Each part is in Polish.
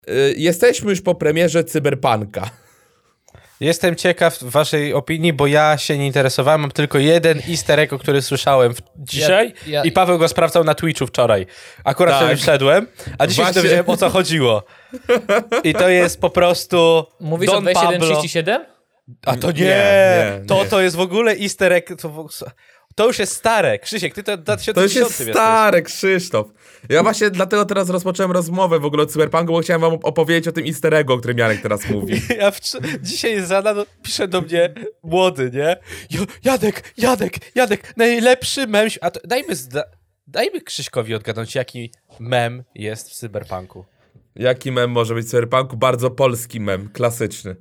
Jesteśmy już po premierze Cyberpunka. Jestem ciekaw waszej opinii, bo ja się nie interesowałem. Mam tylko jeden easter egg, o który słyszałem dzisiaj i Paweł go sprawdzał na Twitchu wczoraj. Akurat wtedy wszedłem, a dzisiaj się dowiedziałem, o co chodziło. I to jest po prostu... Mówisz o 2737? A to nie. To jest w ogóle easter egg. To już jest stare. Krzysiek, ty to 2010 To już jest stare, Krzysztof. Ja właśnie dlatego teraz rozpocząłem rozmowę w ogóle o Cyberpunku, bo chciałem wam opowiedzieć o tym easter eggu, o którym Janek teraz mówi. Dzisiaj pisze do mnie młody, nie? Jadek, najlepszy mem... A to dajmy Krzyśkowi odgadnąć, jaki mem jest w Cyberpunku. Jaki mem może być w Cyberpunku? Bardzo polski mem, klasyczny.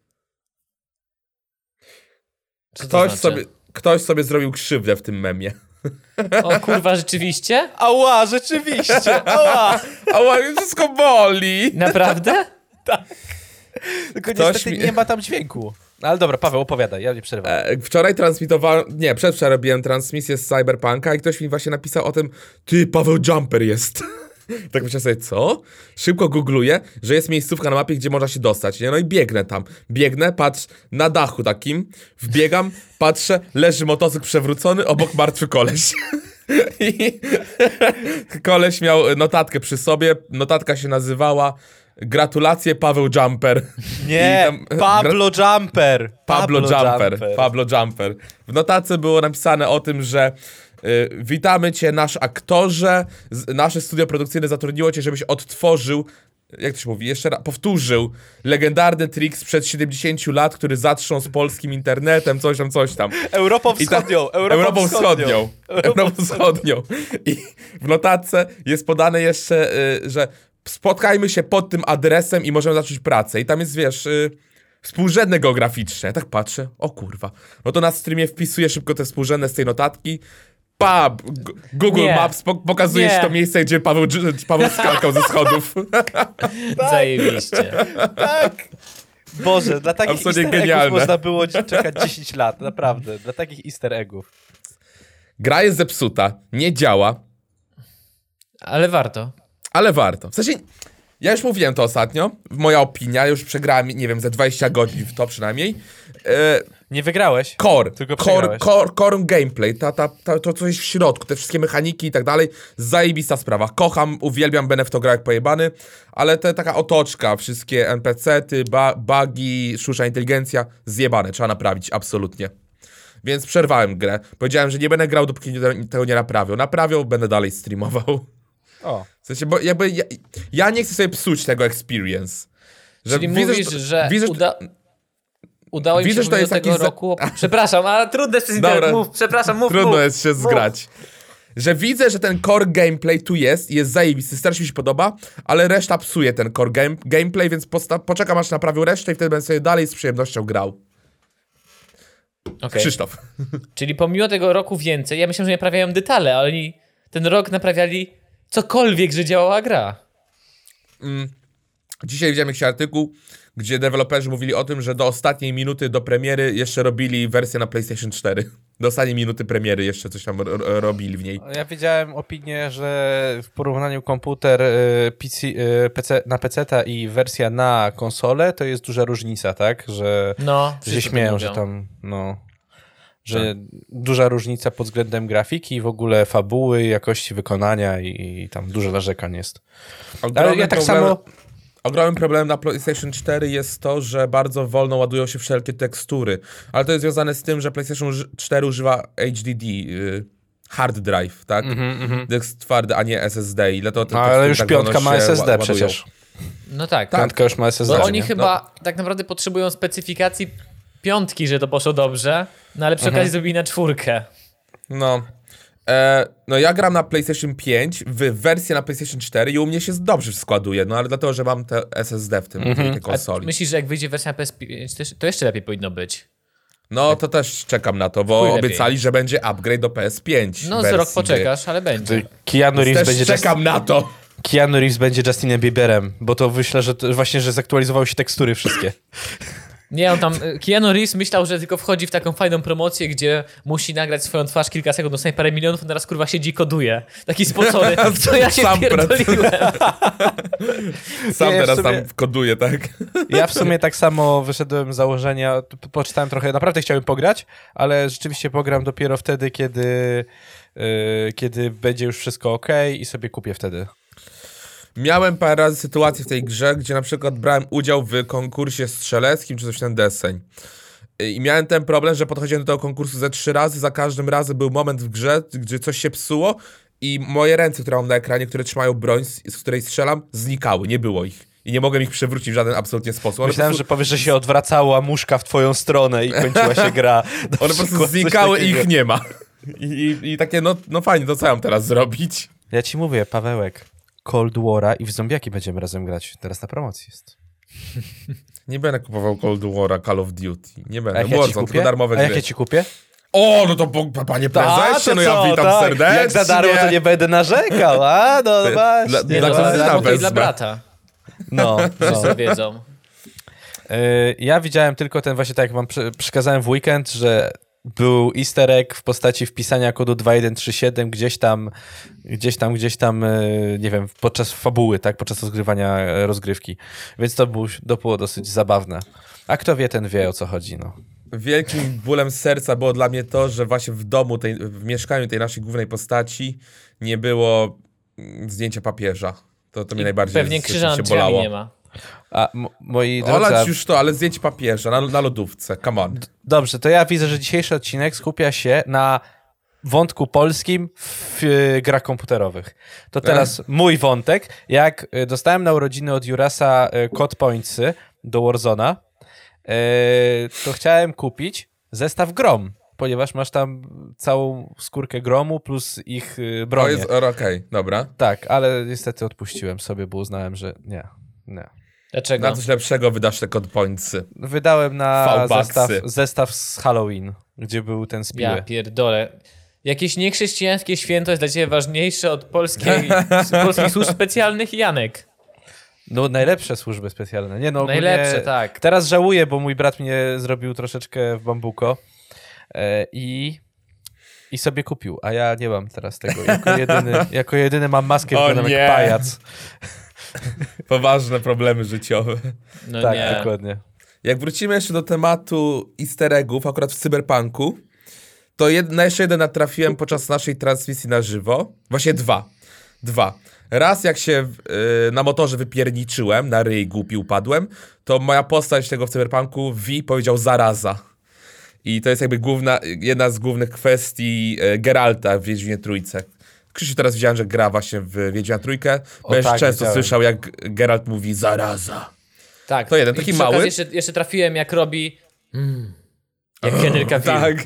Ktoś sobie zrobił krzywdę w tym memie. O kurwa, rzeczywiście? Ała, rzeczywiście! Ała! Ała, wszystko boli! Naprawdę? Tak. Tylko niestety nie ma tam dźwięku. Ale dobra, Paweł, opowiadaj, ja nie przerywam. Wczoraj przedwczoraj robiłem transmisję z Cyberpunka i ktoś mi właśnie napisał o tym, ty, Paweł Jumper jest. Tak myślę sobie, co? Szybko googluję, że jest miejscówka na mapie, gdzie można się dostać, nie? No i biegnę tam. Biegnę, patrz, na dachu takim, wbiegam, patrzę, leży motocykl przewrócony, obok martwy koleś. I koleś miał notatkę przy sobie, notatka się nazywała Gratulacje, Paweł Jumper. Nie, Pablo Jumper. Pablo Jumper. W notatce było napisane o tym, że witamy cię, nasz aktorze, nasze studio produkcyjne zatrudniło cię, żebyś odtworzył, jak to się mówi, jeszcze raz, powtórzył legendarny trik sprzed 70 lat, który zatrząsł polskim internetem, coś tam. Europą Wschodnią. I w notatce jest podane jeszcze, że spotkajmy się pod tym adresem i możemy zacząć pracę. I tam jest, wiesz, współrzędne geograficzne. Ja tak patrzę, o kurwa. No to na streamie wpisuję szybko te współrzędne z tej notatki. Google Maps pokazuje ci to miejsce, gdzie Paweł skakał ze schodów. Zajebiście. Tak. Boże, dla takich absolutnie easter genialne. eggów można było czekać 10 lat, naprawdę. Dla takich easter eggów. Gra jest zepsuta, nie działa. Ale warto. Ale warto. W sensie, ja już mówiłem to ostatnio, moja opinia, już przegrałem, nie wiem, ze 20 godzin w to przynajmniej. Nie wygrałeś. Core gameplay, to co jest w środku, te wszystkie mechaniki i tak dalej, zajebista sprawa. Kocham, uwielbiam, będę w to grał jak pojebany, ale taka otoczka, wszystkie NPC-ty, bugi, sztuczna inteligencja, zjebane, trzeba naprawić, absolutnie. Więc przerwałem grę. Powiedziałem, że nie będę grał, dopóki tego nie naprawią. Naprawią, będę dalej streamował. O. W sensie, bo jakby ja nie chcę sobie psuć tego experience. Czyli mówisz, że udało mi się do tego roku... Przepraszam, ale trudno jest przez internet. Mów. Trudno jest się zgrać. Że widzę, że ten core gameplay tu jest zajebisty, strasznie mi się podoba, ale reszta psuje ten core gameplay, więc poczekam aż naprawił resztę i wtedy będę sobie dalej z przyjemnością grał. Okay. Krzysztof. Czyli pomimo tego roku więcej, ja myślę, że nie naprawiają detale, ale oni ten rok naprawiali cokolwiek, że działała gra. Dzisiaj widziałem jakiś artykuł, gdzie deweloperzy mówili o tym, że do ostatniej minuty do premiery jeszcze robili wersję na PlayStation 4. Do ostatniej minuty premiery jeszcze coś tam robili w niej. Ja widziałem opinię, że w porównaniu komputer PC, na PC-ta i wersja na konsolę, to jest duża różnica, tak? Że się śmieją, że tam że duża różnica pod względem grafiki i w ogóle fabuły, jakości wykonania i tam dużo narzekań jest. Ale ja tak samo... Ogromnym problemem na PlayStation 4 jest to, że bardzo wolno ładują się wszelkie tekstury. Ale to jest związane z tym, że PlayStation 4 używa HDD, hard drive, tak? Dysk twardy, a nie SSD. Ile to ale już piątka ma SSD przecież. No tak. Piątka już ma SSD. Bo oni chyba tak naprawdę potrzebują specyfikacji piątki, że to poszło dobrze, no ale przy okazji zrobili na 4. No ja gram na PlayStation 5 w wersję na PlayStation 4 i u mnie się dobrze składuje, no ale dlatego, że mam te SSD w tej konsoli. A myślisz, że jak wyjdzie wersja na PS5, to jeszcze lepiej powinno być? No to też czekam na to, bo obiecali, że będzie upgrade do PS5. No z rok poczekasz, ale będzie. Keanu Reeves też czekam na to. Keanu Reeves będzie Justinem Bieberem, bo to myślę, że właśnie, że zaktualizowały się tekstury wszystkie. Nie, on tam, Keanu Reeves myślał, że tylko wchodzi w taką fajną promocję, gdzie musi nagrać swoją twarz kilka sekund, dostanie parę milionów, a teraz kurwa siedzi i koduje. Taki spocony, co ja się pierdoliłem. Sam teraz tam koduje, tak? Ja w sumie tak samo wyszedłem z założenia, poczytałem trochę, naprawdę chciałem pograć, ale rzeczywiście pogram dopiero wtedy, kiedy będzie już wszystko okej i sobie kupię wtedy. Miałem parę razy sytuację w tej grze, gdzie na przykład brałem udział w konkursie strzeleckim, czy coś ten deseń. I miałem ten problem, że podchodziłem do tego konkursu ze 3 razy, za każdym razem był moment w grze, gdzie coś się psuło i moje ręce, które mam na ekranie, które trzymają broń, z której strzelam, znikały, nie było ich. I nie mogłem ich przewrócić w żaden absolutnie sposób. Myślałem, że powiesz, że się odwracała muszka w twoją stronę i kończyła się gra. One po prostu znikały i ich nie ma. I takie, no fajnie, to co ja mam teraz zrobić? Ja ci mówię, Pawełek, Cold War'a i w zombiaki będziemy razem grać. Teraz na promocji jest. Nie będę kupował Cold War'a, Call of Duty. Nie będę. Warzone, tylko darmowe gry. A jakie ci kupię? O, no to panie prezesie, no ja witam serdecznie. Jak za darmo, to nie będę narzekał, a? No właśnie. Dla brata. No. Wszyscy wiedzą. Ja widziałem tylko ten właśnie, tak jak wam przekazałem w weekend, że był easter egg w postaci wpisania kodu 2137 gdzieś tam, nie wiem, podczas fabuły, tak, podczas rozgrywania rozgrywki. Więc to było dosyć zabawne. A kto wie, ten wie, o co chodzi, no. Wielkim bólem serca było dla mnie to, że właśnie w domu, w mieszkaniu tej naszej głównej postaci nie było zdjęcia papieża. To mnie najbardziej pewnie krzyża nad drzwiami nie ma. A moi drodzy... Olać już to, ale zdjęcie papieża na lodówce, come on. Dobrze, to ja widzę, że dzisiejszy odcinek skupia się na wątku polskim w grach komputerowych. To teraz mój wątek. Jak dostałem na urodziny od Jurasa Code Pointsy do Warzone'a, to chciałem kupić zestaw Grom, ponieważ masz tam całą skórkę Gromu plus ich bronię. Okej, dobra. Tak, ale niestety odpuściłem sobie, bo uznałem, że nie. Dlaczego? Na coś lepszego wydasz te Code Pointsy. Wydałem na zestaw z Halloween, gdzie był ten spiły. Ja pierdolę. Jakieś niechrześcijańskie święto jest dla ciebie ważniejsze od polskich służb specjalnych, Janek? No najlepsze służby specjalne. Nie, no, najlepsze, tak. Teraz żałuję, bo mój brat mnie zrobił troszeczkę w bambuko i sobie kupił, a ja nie mam teraz tego. Jako jedyny mam maskę, wyglądam jak pajac. Poważne problemy życiowe. No tak, nie. dokładnie. Jak wrócimy jeszcze do tematu easter eggów, akurat w Cyberpunku, to jeszcze jeden natrafiłem podczas naszej transmisji na żywo. Właśnie dwa. Raz jak się na motorze wypierniczyłem, na ryj głupi upadłem, to moja postać tego w Cyberpunku, V, powiedział zaraza. I to jest jakby jedna z głównych kwestii Geralta w Wiedźminie Trójce. Krzysiu, teraz widziałem, że gra właśnie w Wiedźmina Trójkę. Będziesz często słyszał, jak Geralt mówi zaraza. Tak. To jeden, taki mały. Jeszcze trafiłem, jak robi jak Henry Cavill. Tak.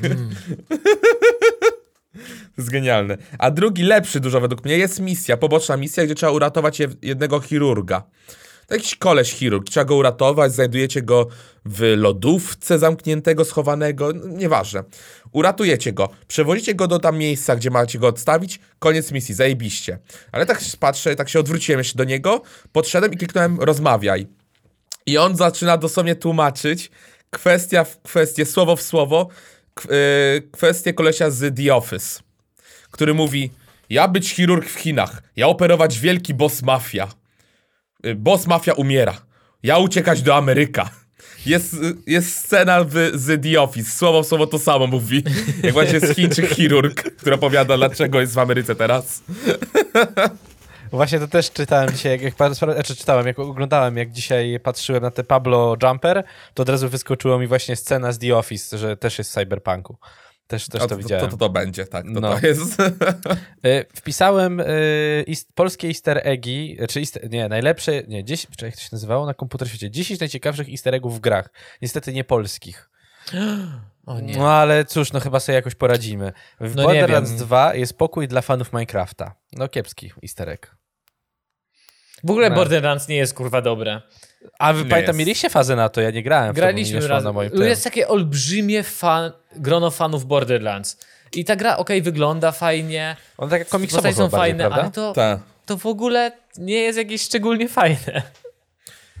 To jest genialne. A drugi, lepszy dużo według mnie, jest poboczna misja, gdzie trzeba uratować jednego chirurga. To jakiś koleś chirurg, trzeba go uratować, znajdujecie go w lodówce zamkniętego, schowanego, nieważne. Uratujecie go, przewozicie go do tam miejsca, gdzie macie go odstawić, koniec misji, zajebiście. Ale tak patrzę, tak się odwróciłem jeszcze do niego, podszedłem i kliknąłem rozmawiaj. I on zaczyna dosłownie tłumaczyć kwestia w kwestię, słowo w słowo, kwestię kolesia z The Office, który mówi, ja być chirurg w Chinach, ja operować wielki boss mafia. Boss mafia umiera. Ja uciekać do Ameryka. Jest scena z The Office. Słowo w słowo to samo mówi. Jak właśnie jest Chińczyk chirurg, który opowiada, dlaczego jest w Ameryce teraz. Właśnie to też czytałem dzisiaj, jak oglądałem, jak dzisiaj patrzyłem na te Pablo Jumper, to od razu wyskoczyło mi właśnie scena z The Office, że też jest w Cyberpunku. Też to widziałem. To będzie, tak. To jest. Wpisałem polskie easter eggi, najlepsze, jak to się nazywało na komputer świecie? 10 najciekawszych easter eggów w grach. Niestety nie polskich. O nie. No ale cóż, chyba sobie jakoś poradzimy. W Borderlands 2 jest pokój dla fanów Minecrafta. No kiepski easter egg. W ogóle Borderlands nie jest kurwa dobre. A wy pamiętam, mieliście fazę na to, ja nie grałem. Graliśmy razem. Jest takie olbrzymie grono fanów Borderlands. I ta gra wygląda fajnie. One takie komiksowe są fajne, prawda? ale to w ogóle nie jest jakieś szczególnie fajne.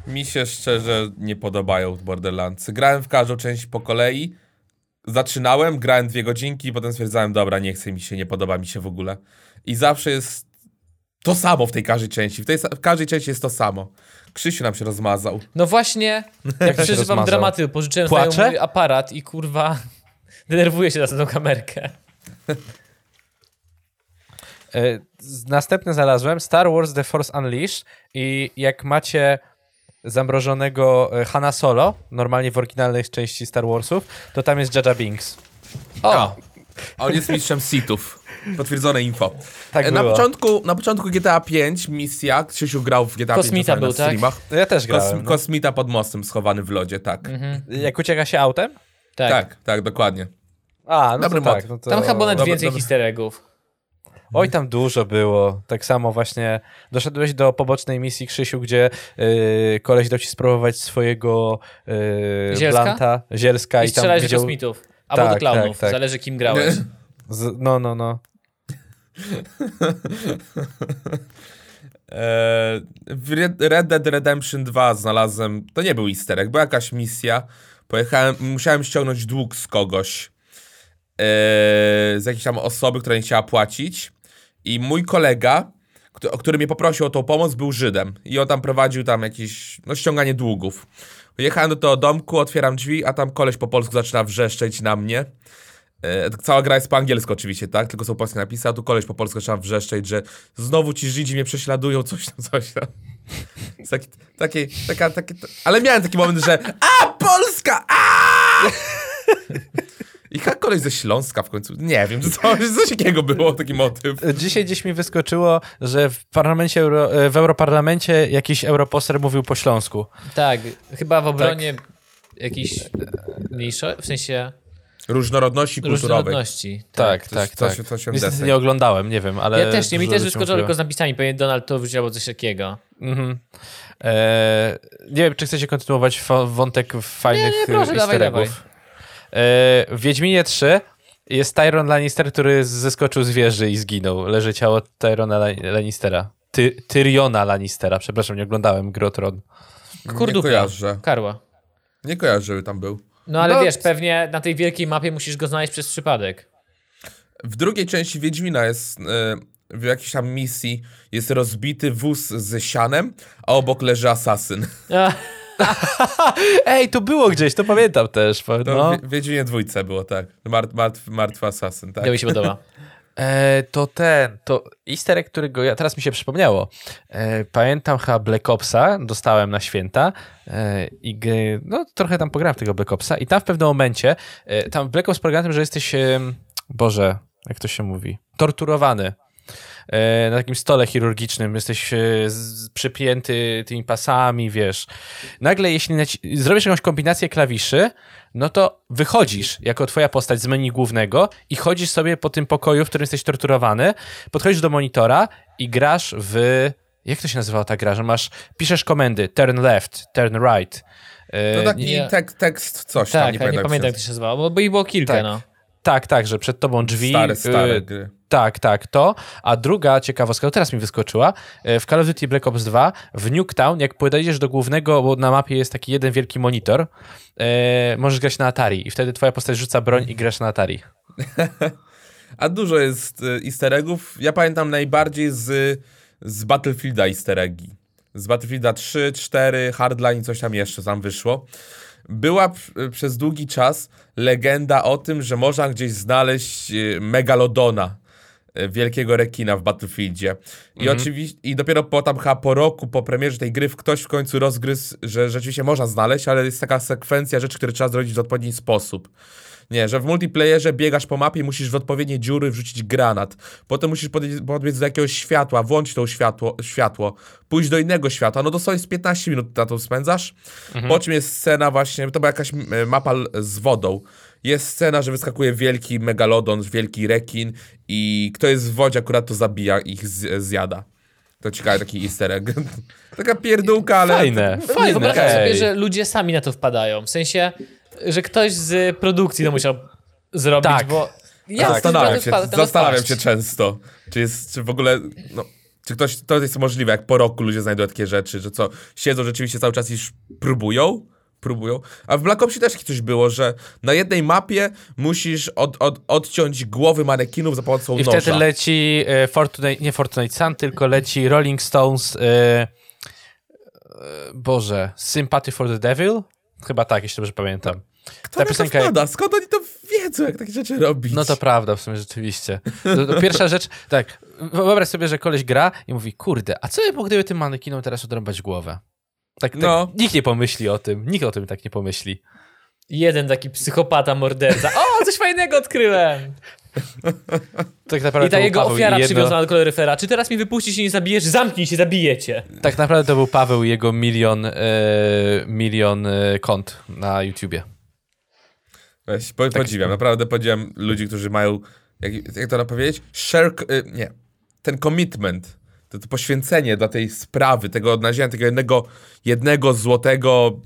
Mi się szczerze nie podobają Borderlands. Grałem w każdą część po kolei. Zaczynałem, grałem 2 godzinki, potem stwierdzałem, dobra, nie chcę mi się, nie podoba mi się w ogóle. I zawsze jest to samo w tej każdej części. W każdej części jest to samo. Krzysiu nam się rozmazał. No właśnie, jak przeżywam dramaty, pożyczyłem sobie mój aparat i kurwa denerwuję się na tę kamerkę. Następne znalazłem Star Wars The Force Unleashed i jak macie zamrożonego Hanna Solo, normalnie w oryginalnej części Star Warsów, to tam jest Jar Jar Binks. O! On jest mistrzem Sithów. Potwierdzone info. Tak na początku GTA 5 misja, Krzysiu grał w GTA 5 Kosmita był, na streamach. Tak? Ja też grałem. Kosmita pod mostem schowany w lodzie, tak. Jak ucieka się autem? Tak, dokładnie. A, no dobry to mod. tak. No to... Tam chyba nawet więcej easter eggów. Oj, tam dużo było. Tak samo właśnie doszedłeś do pobocznej misji, Krzysiu, gdzie koleś dał ci spróbować swojego blanta, zielska i strzelać do kosmitów. Albo do klaunów. Tak. Zależy kim grałeś. No. W Red Dead Redemption 2 znalazłem, to nie był easter egg, była jakaś misja. Musiałem ściągnąć dług z kogoś. Z jakiejś tam osoby, która nie chciała płacić. I mój kolega, który mnie poprosił o tą pomoc, był Żydem. I on tam prowadził jakieś, ściąganie długów. Jechałem do tego domku, otwieram drzwi, a tam koleś po polsku zaczyna wrzeszczeć na mnie. Cała gra jest po angielsku oczywiście, tak? Tylko są polskie napisy, a tu koleś po polsku zaczyna wrzeszczeć, że znowu ci Żydzi mnie prześladują, coś tam. Ale miałem taki moment, że Polska! I koleś ze Śląska w końcu. Nie wiem, coś takiego było, taki motyw. Dzisiaj gdzieś mi wyskoczyło, że w Europarlamencie jakiś europoseł mówił po śląsku. Tak, chyba w obronie jakiejś mniejszości, w sensie... Różnorodności kulturowej. Różnorodności. Tak. Niestety nie oglądałem, nie wiem, ale... Ja też nie, mi też wyskoczyło tylko z napisami, pewnie Donald to wzięło coś takiego. Nie wiem, czy chcecie kontynuować wątek fajnych easter eggów. W Wiedźminie 3 jest Tyrion Lannister, który zeskoczył z wieży i zginął. Leży ciało Tyrona Lannistera. Tyriona Lannistera, przepraszam, nie oglądałem Gry o Tron. Nie kojarzę. Karła. Nie kojarzę, żeby tam był. No ale wiesz, pewnie na tej wielkiej mapie musisz go znaleźć przez przypadek. W drugiej części Wiedźmina jest w jakiejś tam misji jest rozbity wóz ze sianem, a obok leży asasyn. Ej, to było gdzieś, to pamiętam też. No. W Wiedźminie 2 było, tak. Martwy asasyn, tak. To mi się podoba. To easter egg, którego teraz mi się przypomniało. Pamiętam chyba Black Opsa, dostałem na święta i trochę tam pograłem w tego Black Opsa i tam w pewnym momencie, tam Black Ops polega na tym, że jesteś, Boże, jak to się mówi, torturowany. Na takim stole chirurgicznym jesteś przypięty tymi pasami, wiesz. Nagle jeśli zrobisz jakąś kombinację klawiszy, no to wychodzisz jako twoja postać z menu głównego i chodzisz sobie po tym pokoju, w którym jesteś torturowany, podchodzisz do monitora i grasz w... Jak to się nazywała ta gra? Że piszesz komendy, turn left, turn right. To taki tekst coś tam, nie pamiętam. Nie pamiętam, jak to się nazywało, bo i było kilka, tak. no. Tak, że przed tobą drzwi... Stare gry. Tak, to. A druga ciekawostka, teraz mi wyskoczyła, w Call of Duty Black Ops 2 w Nuketown, jak podejdziesz do głównego, bo na mapie jest taki jeden wielki monitor, możesz grać na Atari i wtedy twoja postać rzuca broń i grasz na Atari. A dużo jest easter eggów. Ja pamiętam najbardziej z Battlefielda easter eggi. Z Battlefielda 3, 4, Hardline, coś tam jeszcze tam wyszło. Była przez długi czas legenda o tym, że można gdzieś znaleźć Megalodona, wielkiego rekina w Battlefieldzie. I oczywiście, i dopiero po roku, po premierze tej gry, ktoś w końcu rozgryzł, że rzeczywiście można znaleźć, ale jest taka sekwencja rzeczy, które trzeba zrobić w odpowiedni sposób. Nie, że w multiplayerze biegasz po mapie i musisz w odpowiednie dziury wrzucić granat. Potem musisz podbiec do jakiegoś światła, włączyć to światło, pójść do innego światła. No dosłownie z 15 minut na to spędzasz. Po czym jest scena właśnie, to była jakaś mapa z wodą. Jest scena, że wyskakuje wielki megalodon, wielki rekin i kto jest w wodzie akurat to zabija, ich zjada. To ciekawy taki easter egg. Taka pierdółka, ale... Fajne. Wyobrażam sobie, że ludzie sami na to wpadają. W sensie, że ktoś z produkcji to musiał zrobić, bo... Zastanawiam się często, czy w ogóle... Czy to jest możliwe, jak po roku ludzie znajdują takie rzeczy, że co, siedzą rzeczywiście cały czas i już próbują? A w Black Opsie też coś było, że na jednej mapie musisz odciąć głowy manekinów za pomocą noża. I wtedy leci nie Fortnite Sun, tylko leci Rolling Stones Sympathy for the Devil? Chyba tak, jeśli dobrze pamiętam. Kto ta piosenka wpada? Skąd oni to wiedzą, jak takie rzeczy robić? No to prawda, w sumie rzeczywiście. To pierwsza rzecz, tak, wyobraź sobie, że koleś gra i mówi, kurde, a co by było, gdyby tym manekinom teraz odrąbać głowę? Tak, nikt nie pomyśli o tym, nikt o tym tak nie pomyśli. Jeden taki psychopata, morderca. O, coś fajnego odkryłem! Tak naprawdę i ta jego ofiara przywiązana do kaloryfera. Czy teraz mi wypuścisz i nie zabijesz? Zamknij się, zabijecie. Tak naprawdę to był Paweł i jego milion kont na YouTubie. Podziwiam, naprawdę podziwiam ludzi, którzy mają, jak to powiedzieć, ten commitment, to poświęcenie dla tej sprawy, tego odnalezienia tego jednego złotego,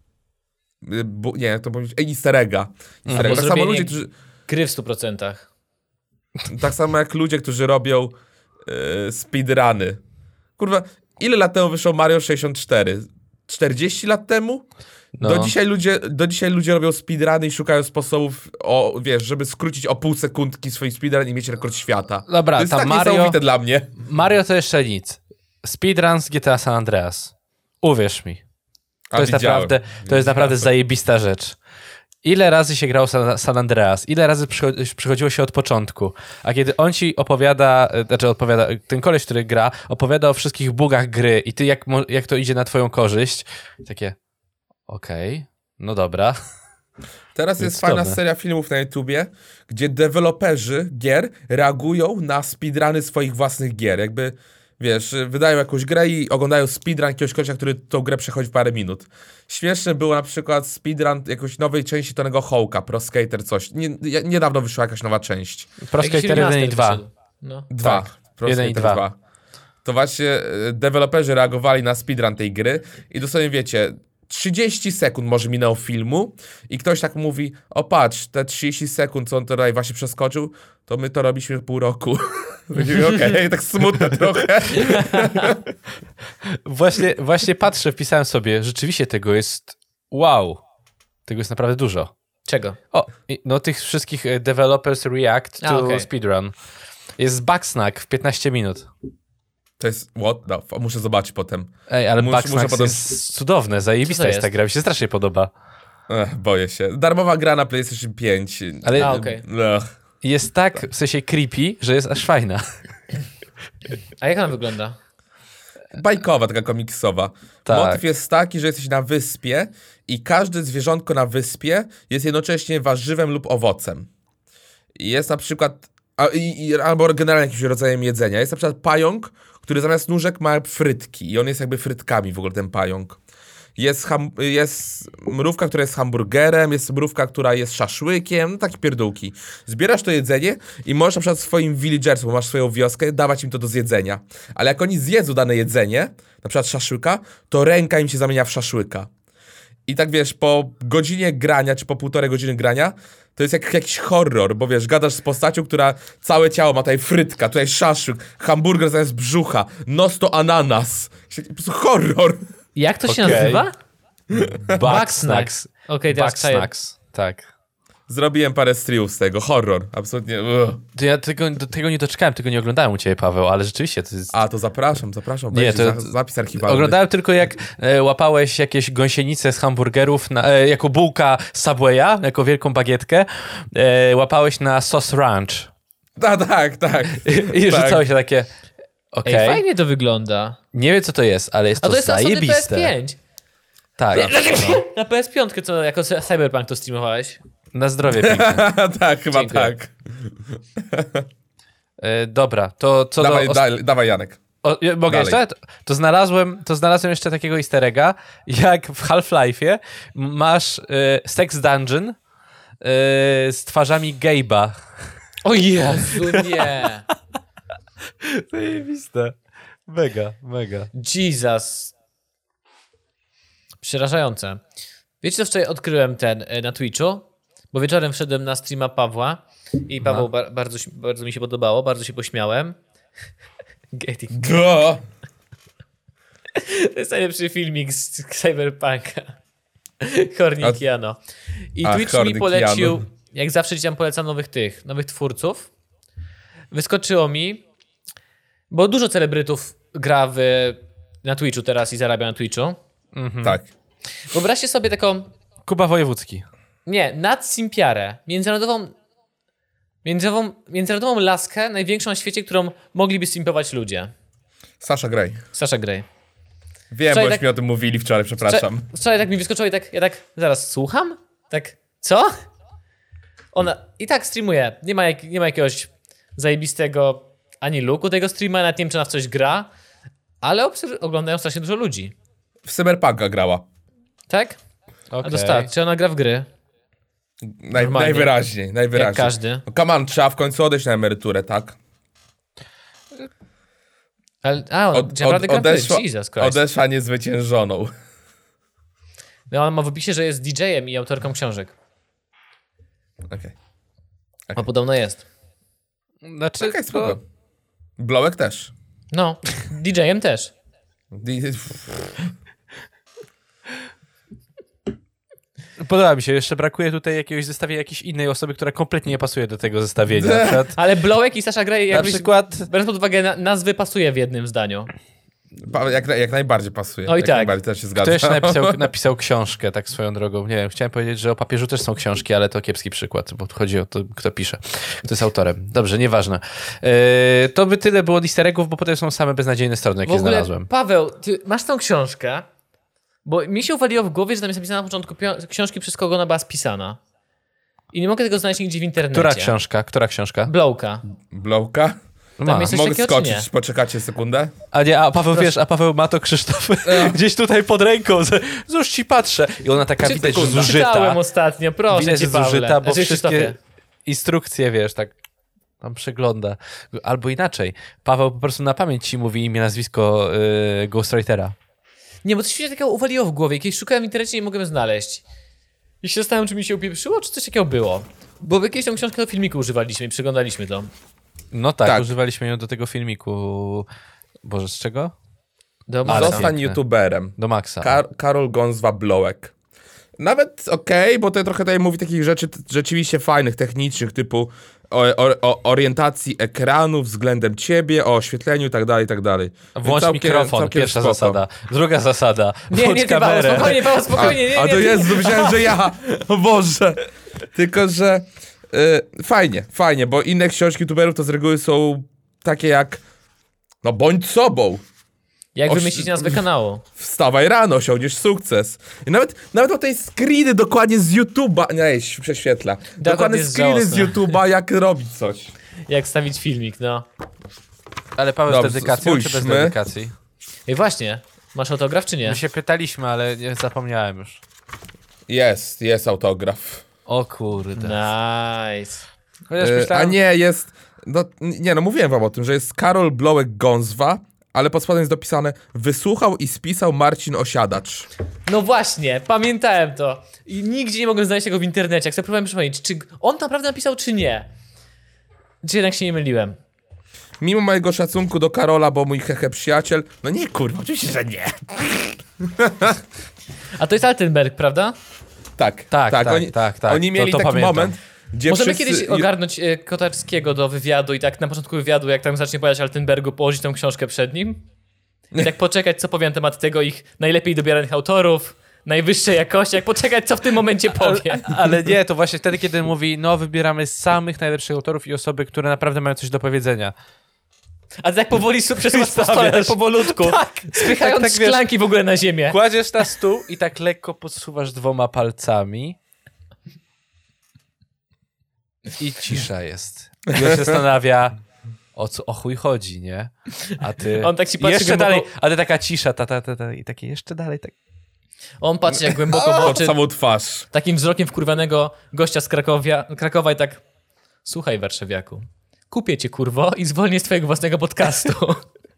to powiedzieć, easter egga. Tak samo ludzie, którzy... Gry w 100%. Tak samo jak ludzie, którzy robią speedruny. Kurwa, ile lat temu wyszło Mario 64? 40 lat temu? No. Do dzisiaj ludzie robią speedruny i szukają sposobów, żeby skrócić o pół sekundki swój speedrun i mieć rekord świata. Dobra, to jest tak Mario, niesamowite dla mnie. Mario to jeszcze nic. Speedrun z GTA San Andreas. Uwierz mi. To jest naprawdę zajebista rzecz. Ile razy się grało San Andreas? Ile razy przychodziło się od początku? A kiedy on ci ten koleś, który gra, opowiada o wszystkich bugach gry i ty jak to idzie na twoją korzyść, takie okej, no dobra. Teraz jest fajna seria filmów na YouTubie, gdzie deweloperzy gier reagują na speedruny swoich własnych gier. Jakby, wydają jakąś grę i oglądają speedrun jakiegoś kolesia, który tą grę przechodzi w parę minut. Śmieszne było na przykład speedrun jakiejś nowej części Tonego Hawka, Pro Skater coś. Niedawno wyszła jakaś nowa część. Pro Skater 1 i 2. No. 2. Tak, Pro 1 i 2. To właśnie deweloperzy reagowali na speedrun tej gry i dosłownie 30 sekund może minęło filmu i ktoś tak mówi, o patrz, te 30 sekund, co on tutaj właśnie przeskoczył, to my to robiliśmy pół roku. Okej, tak smutne trochę. Właśnie patrzę, wpisałem sobie, rzeczywiście tego jest tego jest naprawdę dużo. Czego? Tych wszystkich developers react to speedrun. Jest Bugsnack w 15 minut. To jest, muszę zobaczyć potem. Ej, ale Bugsnax jest cudowne, zajebista jest ta gra, mi się strasznie podoba. Boję się. Darmowa gra na PlayStation 5. Ale jest tak, w sensie creepy, że jest aż fajna. A jak ona wygląda? Bajkowa, taka komiksowa. Tak. Motyw jest taki, że jesteś na wyspie i każde zwierzątko na wyspie jest jednocześnie warzywem lub owocem. Jest na przykład... albo generalnie jakimś rodzajem jedzenia. Jest na przykład pająk, który zamiast nóżek ma frytki i on jest jakby frytkami w ogóle, ten pająk. Jest mrówka, która jest hamburgerem, jest mrówka, która jest szaszłykiem, takie pierdółki. Zbierasz to jedzenie i możesz na przykład swoim villagersom, bo masz swoją wioskę, dawać im to do zjedzenia. Ale jak oni zjedzą dane jedzenie, na przykład szaszłyka, to ręka im się zamienia w szaszłyka. I tak po godzinie grania, czy po 1,5 godziny grania, to jest jak jakiś horror, bo gadasz z postacią, która całe ciało ma tutaj frytka, tutaj szaszłyk, hamburger zamiast brzucha, nos to ananas. Po prostu horror. Jak to się nazywa? Bugsnax. Bugsnax. Tak. Zrobiłem parę streamów z tego, horror, absolutnie. To ja tego nie doczekałem, tego nie oglądałem u ciebie, Paweł, ale rzeczywiście to jest... To zapraszam. Nie, to zapis archiwalny. Oglądałem tylko jak łapałeś jakieś gąsienice z hamburgerów jako bułka z Subwaya, jako wielką bagietkę, łapałeś na Sauce Ranch. Tak. I rzucałeś się takie... Ej, fajnie to wygląda. Nie wiem, co to jest, ale jest to zajebiste. PS5. Tak. Na PS5, co jako Cyberpunk to streamowałeś? Na zdrowie, pięknie. Tak, chyba dziękuję. Tak. Dobra, to co dawaj Janek. Mogę jeszcze? To znalazłem jeszcze takiego easter egga, jak w Half-Life'ie masz sex dungeon z twarzami Gabe'a. O Jezu, nie. Zajebiste. Mega. Jesus. Przerażające. Wiecie, co wczoraj odkryłem na Twitchu? Bo wieczorem wszedłem na streama Pawła i Paweł bardzo mi się podobało, bardzo się pośmiałem. Gating. Do. To jest najlepszy filmik z Cyberpunka. Hornikiano. I Twitch mi polecił, jak zawsze ci tam polecam nowych twórców. Wyskoczyło mi, bo dużo celebrytów gra na Twitchu teraz i zarabia na Twitchu. Tak. Wyobraźcie sobie taką... Kuba Wojewódzki. Nie, Nad Simpiarę. Międzynarodową laskę, największą na świecie, którą mogliby simpować ludzie. Sasha Grey. Sasha Grey. Wiem, wczoraj bośmy o tym mówili wczoraj, przepraszam. Wczoraj tak mi wyskoczyło i tak zaraz słucham? Tak, co? Ona i tak streamuje. Nie ma jakiegoś zajebistego ani looku tego streama, nawet nie wiem, czy ona w coś gra, ale oglądają strasznie dużo ludzi. W Cyberpunka grała. Tak? Okay. A dostała. Czy ona gra w gry? Najwyraźniej. Jak każdy. No, come on, trzeba w końcu odejść na emeryturę, tak? Odeszła niezwyciężoną. No, ona ma w opisie, że jest DJ-em i autorką książek. Okej. A podobno jest. Znaczy, Okej, spoko. Blowek też. No, DJ-em też. Podoba mi się, jeszcze brakuje tutaj jakiegoś zestawienia jakiejś innej osoby, która kompletnie nie pasuje do tego zestawienia. Ale Blowek i Sasha Grey na przykład... biorąc pod uwagę nazwy pasuje w jednym zdaniu. Jak najbardziej pasuje. Oj, jak tak. najbardziej też się zgadza. Kto jeszcze napisał książkę, tak swoją drogą? Nie wiem, chciałem powiedzieć, że o papieżu też są książki, ale to kiepski przykład, bo chodzi o to, kto pisze, kto jest autorem. Dobrze, nieważne. To by tyle było easter eggów, bo potem są same beznadziejne strony, jakie znalazłem. Paweł, ty masz tą książkę, bo mi się uwaliło w głowie, że tam jest napisana na początku książki, przez kogo ona była spisana. I nie mogę tego znaleźć nigdzie w internecie. Która książka? Blowka? Tam jest Mogę coś skoczyć, poczekacie sekundę? A Paweł, wiesz, Paweł ma to, Krzysztof, gdzieś tutaj pod ręką, już ci patrzę. I ona taka widać, że zużyta. Czytałem ostatnio, proszę widać, cię, Pawle. Zużyta, bo wszystkie instrukcje, wiesz, tak tam przegląda. Albo inaczej, Paweł po prostu na pamięć ci mówi imię, nazwisko ghostwritera. Nie, bo coś mi się takiego uwaliło w głowie. Kiedyś szukałem w internecie i nie mogłem znaleźć. I się zastanawiam, czy mi się upieprzyło, czy coś takiego było. Bo kiedyś tą książkę do filmiku używaliśmy i przeglądaliśmy to. No tak, używaliśmy ją do tego filmiku. Boże, z czego? Do Maxa. Zostań youtuberem. Do Maxa. Karol Gonzwa Blowek. Nawet okej, bo to trochę tutaj mówi takich rzeczy rzeczywiście fajnych, technicznych, typu o orientacji ekranu względem ciebie, o oświetleniu i tak dalej. Włącz mikrofon, pierwsza zasada. Druga zasada, włącz kamerę. Paweł, spokojnie. Nie, to Jezu, myślałem, że ja. O Boże. Tylko, że fajnie, bo inne książki youtuberów to z reguły są takie jak no bądź sobą. Jak wymyślić nazwę kanału? Wstawaj rano, osiągniesz sukces. I nawet o tej screeny dokładnie z YouTube'a. Nie, prześwietla. Dokładnie screeny z YouTube'a, jak robić coś. Jak stawić filmik, no. Ale Paweł z dedykacją czy bez dedykacji? I właśnie, masz autograf czy nie? My się pytaliśmy, ale nie zapomniałem już. Jest autograf. O kurde. Nice. Chociaż myślałem... A nie, jest... No mówiłem wam o tym, że jest Karol Blowek Gonzwa, ale pod spodem jest dopisane: wysłuchał i spisał Marcin Osiadacz. No właśnie, pamiętałem to. I nigdzie nie mogłem znaleźć tego w internecie. Jak sobie próbowałem przypomnieć, czy on naprawdę napisał, czy nie. Czy jednak się nie myliłem. Mimo mojego szacunku do Karola, bo mój przyjaciel... No nie, kurwa, oczywiście, że nie. A to jest Altenberg, prawda? Tak. Oni mieli taki pamiętam. moment, gdzie możemy wszyscy... kiedyś ogarnąć Kotarskiego do wywiadu i tak na początku wywiadu, jak tam zacznie pojawiać Altenbergu, położyć tą książkę przed nim i tak poczekać, co powie na temat tego ich najlepiej dobieranych autorów, najwyższej jakości, jak poczekać, co w tym momencie powie. Ale nie, to właśnie wtedy, kiedy mówi, no wybieramy samych najlepszych autorów i osoby, które naprawdę mają coś do powiedzenia. A ty tak powoli przesuwasz po stole, tak powolutku, spychając tak, szklanki w ogóle na ziemię. Kładziesz na stół i tak lekko podsuwasz 2 palcami i cisza jest. I on się zastanawia, o chuj chodzi, nie? A ty... On tak ci patrzy jeszcze głęboko... dalej, ale taka cisza, i takie jeszcze dalej, tak... On patrzy jak głęboko w oczy, samą twarz. Takim wzrokiem wkurwanego gościa z Krakowa i tak: słuchaj, warszawiaku, kupię cię, kurwo, i zwolnię z twojego własnego podcastu.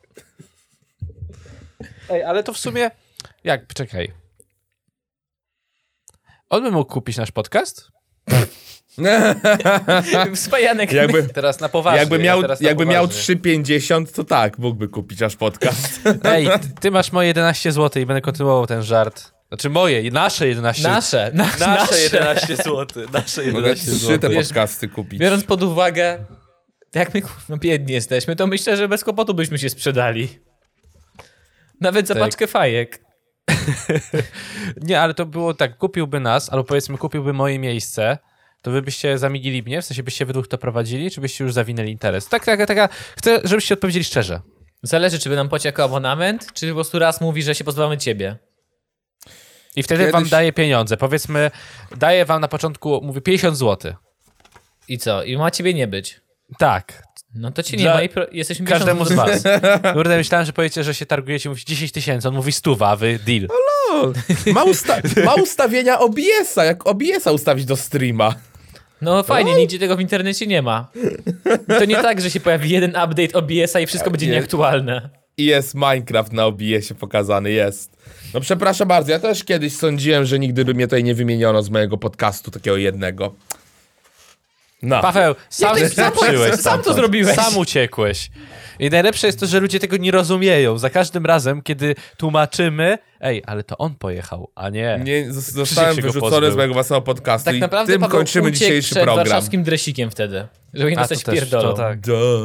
Ej, ale to w sumie... Czekaj. On by mógł kupić nasz podcast? Spajanek. Teraz na poważnie. Jakby miał 3,50, to tak, mógłby kupić aż podcast. Ej, ty masz moje 11 zł i będę kontynuował ten żart. Znaczy nasze 11 Nasze 11 zł. Nasze 11 zł. 3 te podcasty kupić. Biorąc pod uwagę, jak my biedni jesteśmy, to myślę, że bez kłopotu byśmy się sprzedali. Nawet za paczkę fajek. Nie, ale to było tak, kupiłby nas, albo powiedzmy kupiłby moje miejsce, to wy byście zamigili mnie? W sensie byście według to prowadzili, czy byście już zawinęli interes? Chcę, żebyście odpowiedzieli szczerze. Zależy, czy by nam płacił abonament, czy po prostu raz mówi, że się pozbywamy ciebie. I wtedy wam daje pieniądze. Powiedzmy, daje wam na początku, mówi 50 zł. I co? I ma ciebie nie być. Tak. No to ci nie ma i jesteśmy każdemu z was. Kurde, myślałem, że powiecie, że się targujecie, mówicie 10 000, on mówi 100, a wy deal. Ma ustawienia OBS-a, jak OBS-a ustawić do streama. No fajnie, nigdzie tego w internecie nie ma. To nie tak, że się pojawi jeden update OBS-a i wszystko będzie nieaktualne. I jest Minecraft na OBS-ie pokazany, jest. No przepraszam bardzo, ja też kiedyś sądziłem, że nigdy by mnie tutaj nie wymieniono z mojego podcastu takiego jednego. No. Paweł, sam to zrobiłeś. Sam uciekłeś. I najlepsze jest to, że ludzie tego nie rozumieją. Za każdym razem, kiedy tłumaczymy, ale to on pojechał, a nie. Nie, zostałem wyrzucony z mojego własnego podcastu tak naprawdę i tym Paweł kończymy dzisiejszy program. Przed warszawskim dresikiem wtedy, żeby nie dostać pierdolą. Tak.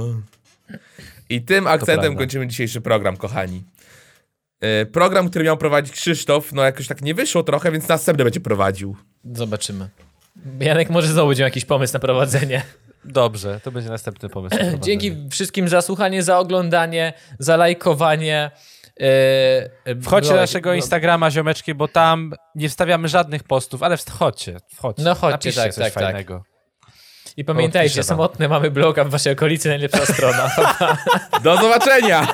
I tym akcentem kończymy dzisiejszy program, kochani. Program, który miał prowadzić Krzysztof, no jakoś tak nie wyszło trochę, więc następny będzie prowadził. Zobaczymy. Janek może znowu będzie jakiś pomysł na prowadzenie. Dobrze, to będzie następny pomysł. Dzięki wszystkim za słuchanie, za oglądanie, za lajkowanie. Wchodźcie na naszego Instagrama, ziomeczki, bo tam nie wstawiamy żadnych postów, ale wchodźcie. No chodźcie, tak. fajnego. I pamiętajcie, samotne mamy bloga w waszej okolicy, najlepsza strona. Do zobaczenia!